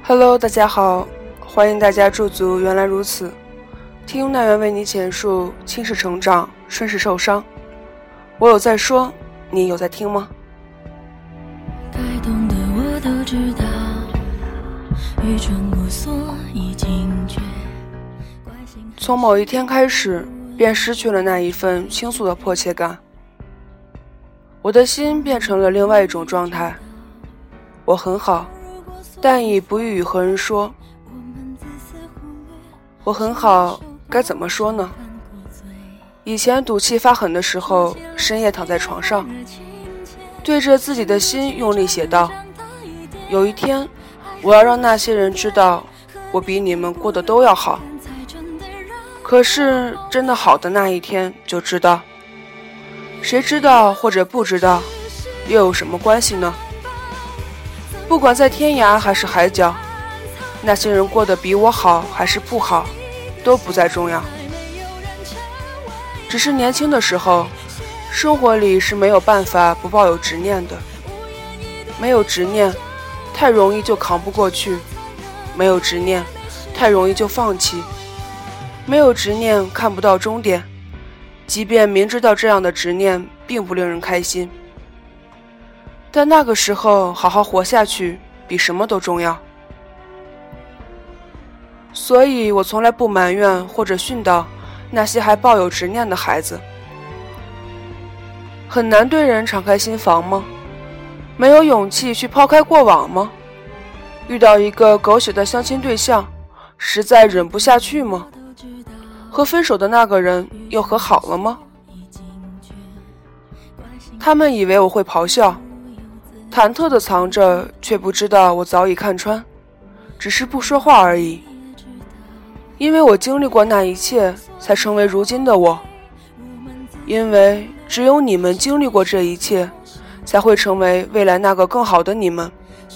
Hello， 大家好，欢迎大家驻足原来如此，听奈原为你简述青是成长，春是受伤。我有在说，你有在听吗？ 该懂的我都知道，愚蠢无所以警觉。 从某一天开始，便失去了那一份倾诉的迫切感，我的心变成了另外一种状态。我很好，但已不欲与何人说。我很好，该怎么说呢？以前赌气发狠的时候，深夜躺在床上，对着自己的心用力写道：有一天，我要让那些人知道，我比你们过得都要好。可是真的好的那一天就知道，谁知道或者不知道，又有什么关系呢？不管在天涯还是海角，那些人过得比我好还是不好，都不再重要。只是年轻的时候，生活里是没有办法不抱有执念的。没有执念，太容易就扛不过去；没有执念，太容易就放弃；没有执念，看不到终点，即便明知道这样的执念并不令人开心。但那个时候好好活下去比什么都重要。所以我从来不埋怨或者训导那些还抱有执念的孩子。很难对人敞开心房吗？没有勇气去抛开过往吗？遇到一个狗血的相亲对象，实在忍不下去吗？和分手的那个人又和好了吗？他们以为我会咆哮，忐忑地藏着，却不知道我早已看穿，只是不说话而已。因为我经历过那一切，才成为如今的我。因为只有你们经历过这一切，才会成为未来那个更好的你们。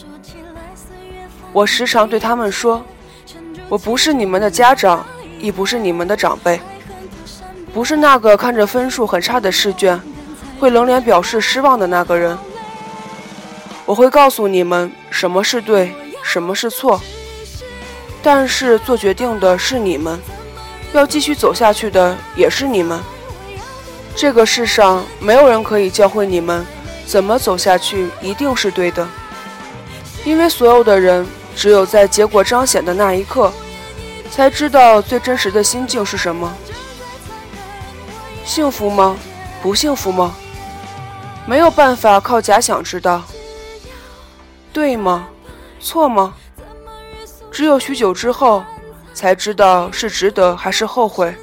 我时常对他们说，我不是你们的家长，亦不是你们的长辈，不是那个看着分数很差的试卷会冷脸表示失望的那个人。我会告诉你们什么是对，什么是错，但是做决定的是你们，要继续走下去的也是你们。这个世上没有人可以教会你们怎么走下去一定是对的，因为所有的人只有在结果彰显的那一刻，才知道最真实的心境是什么。幸福吗？不幸福吗？没有办法靠假想知道。对吗？错吗？只有许久之后，才知道是值得还是后悔。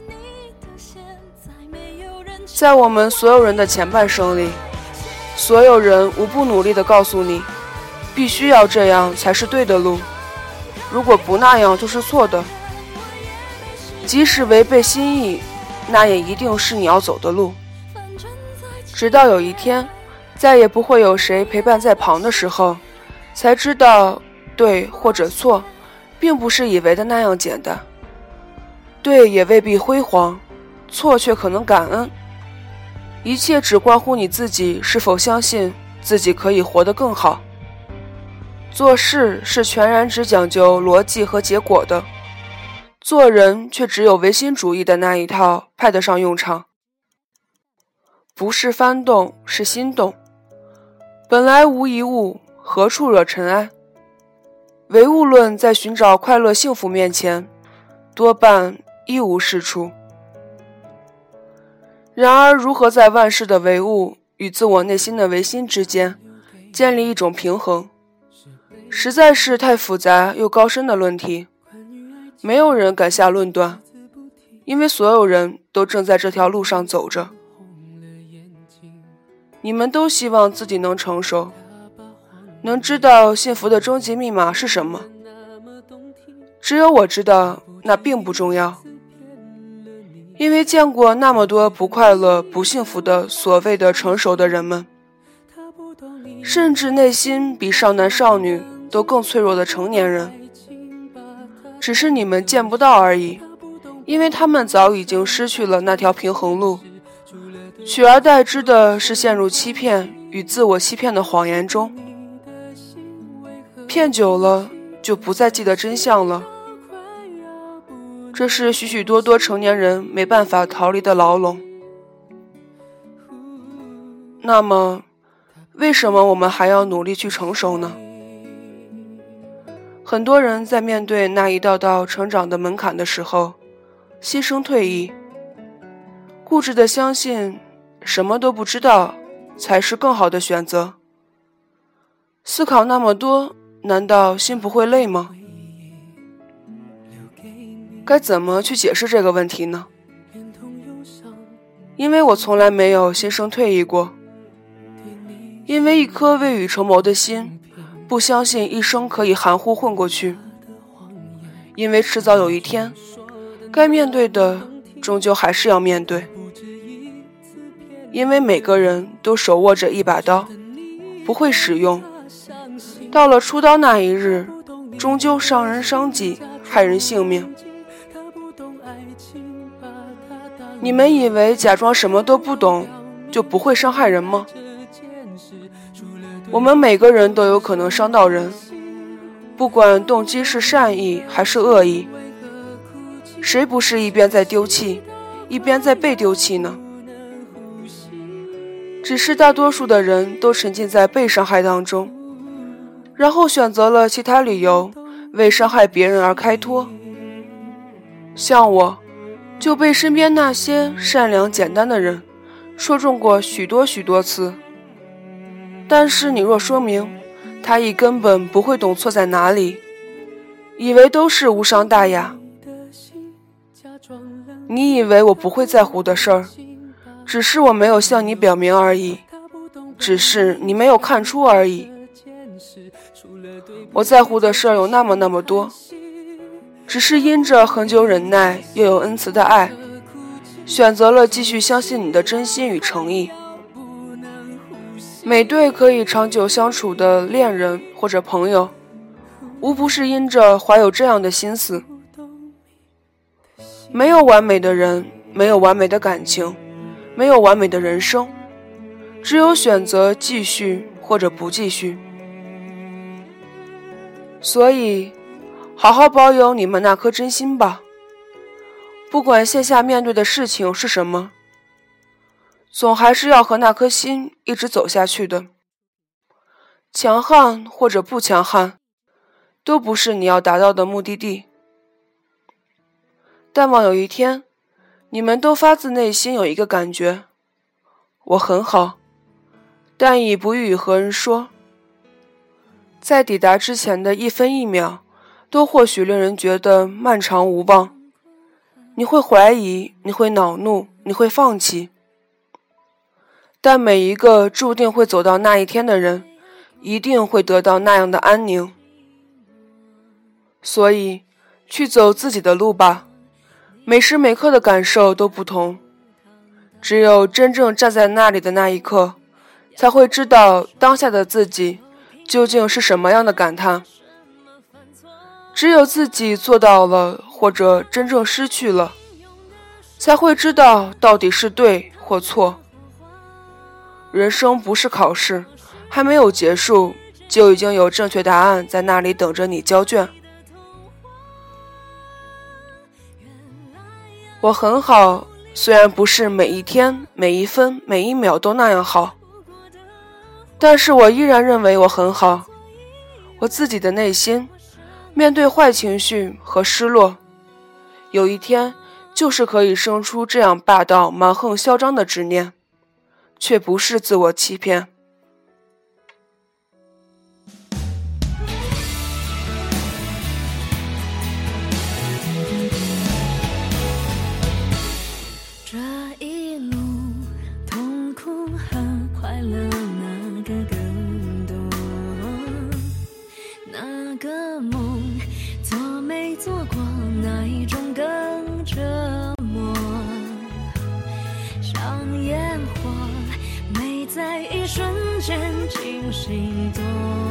在我们所有人的前半生里，所有人无不努力地告诉你，必须要这样才是对的路，如果不那样就是错的。即使违背心意，那也一定是你要走的路。直到有一天，再也不会有谁陪伴在旁的时候，才知道对或者错并不是以为的那样简单。对也未必辉煌，错却可能感恩。一切只关乎你自己是否相信自己可以活得更好。做事是全然只讲究逻辑和结果的，做人却只有唯心主义的那一套派得上用场。不是翻动，是心动。本来无一物，何处惹尘埃？唯物论在寻找快乐幸福面前，多半一无是处。然而，如何在万事的唯物与自我内心的唯心之间建立一种平衡，实在是太复杂又高深的论题，没有人敢下论断，因为所有人都正在这条路上走着。你们都希望自己能成熟，能知道幸福的终极密码是什么。只有我知道，那并不重要。因为见过那么多不快乐、不幸福的所谓的成熟的人们，甚至内心比少男少女都更脆弱的成年人，只是你们见不到而已，因为他们早已经失去了那条平衡路，取而代之的是陷入欺骗与自我欺骗的谎言中。骗久了，就就不再记得真相了。这是许许多多成年人没办法逃离的牢笼。那么，为什么我们还要努力去成熟呢？很多人在面对那一道道成长的门槛的时候，心生退意，固执地相信什么都不知道才是更好的选择。思考那么多，难道心不会累吗？该怎么去解释这个问题呢？因为我从来没有心生退意过，因为一颗未雨绸缪的心，不相信一生可以含糊混过去，因为迟早有一天，该面对的终究还是要面对，因为每个人都手握着一把刀，不会使用，到了出刀那一日，终究伤人伤己，害人性命。你们以为假装什么都不懂就不会伤害人吗？我们每个人都有可能伤到人，不管动机是善意还是恶意。谁不是一边在丢弃，一边在被丢弃呢？只是大多数的人都沉浸在被伤害当中，然后选择了其他理由为伤害别人而开脱。像我，就被身边那些善良简单的人说中过许多许多次。但是你若说明他亦根本不会懂错在哪里，以为都是无伤大雅。你以为我不会在乎的事儿，只是我没有向你表明而已，只是你没有看出而已。我在乎的事儿有那么多，只是因着恒久忍耐又有恩慈的爱，选择了继续相信你的真心与诚意。每对可以长久相处的恋人或者朋友，无不是因着怀有这样的心思。没有完美的人，没有完美的感情，没有完美的人生，只有选择继续或者不继续。所以好好保有你们那颗真心吧，不管线下面对的事情是什么，总还是要和那颗心一直走下去的。强悍或者不强悍，都不是你要达到的目的地。但望有一天，你们都发自内心有一个感觉，我很好，但已不欲与何人说。在抵达之前的一分一秒，都或许令人觉得漫长无望。你会怀疑，你会恼怒，你会放弃。但每一个注定会走到那一天的人，一定会得到那样的安宁。所以，去走自己的路吧，每时每刻的感受都不同。只有真正站在那里的那一刻，才会知道当下的自己究竟是什么样的感叹。只有自己做到了，或者真正失去了，才会知道到底是对或错。人生不是考试，还没有结束，就已经有正确答案在那里等着你交卷。我很好，虽然不是每一天、每一分、每一秒都那样好，但是我依然认为我很好。我自己的内心，面对坏情绪和失落，有一天就是可以生出这样霸道、蛮横、嚣张的执念，却不是自我欺骗。 这一路痛苦和快乐哪个更多？那个梦做没做过，哪一种更折磨？像烟火，没在一瞬间惊心动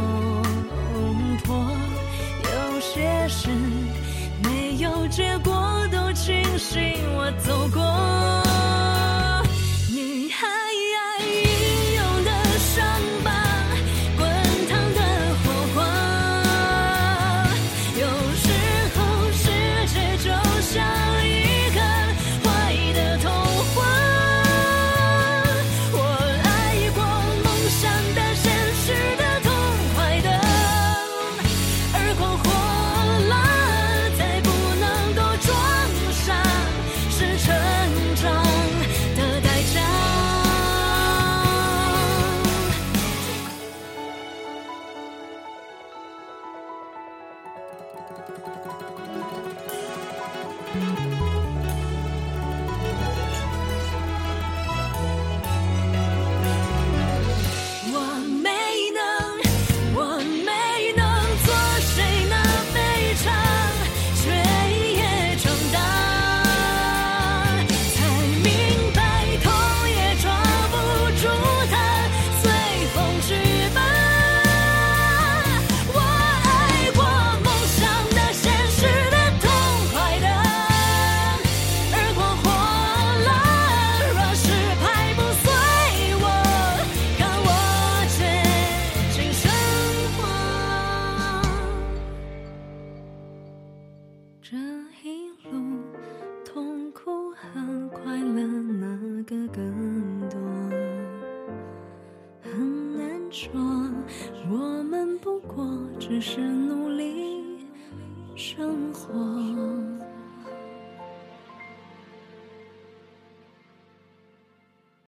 魄。有些事没有结果，都庆幸我走过。女孩已有的伤疤，滚烫的火花， 说，我们不过只是努力生活。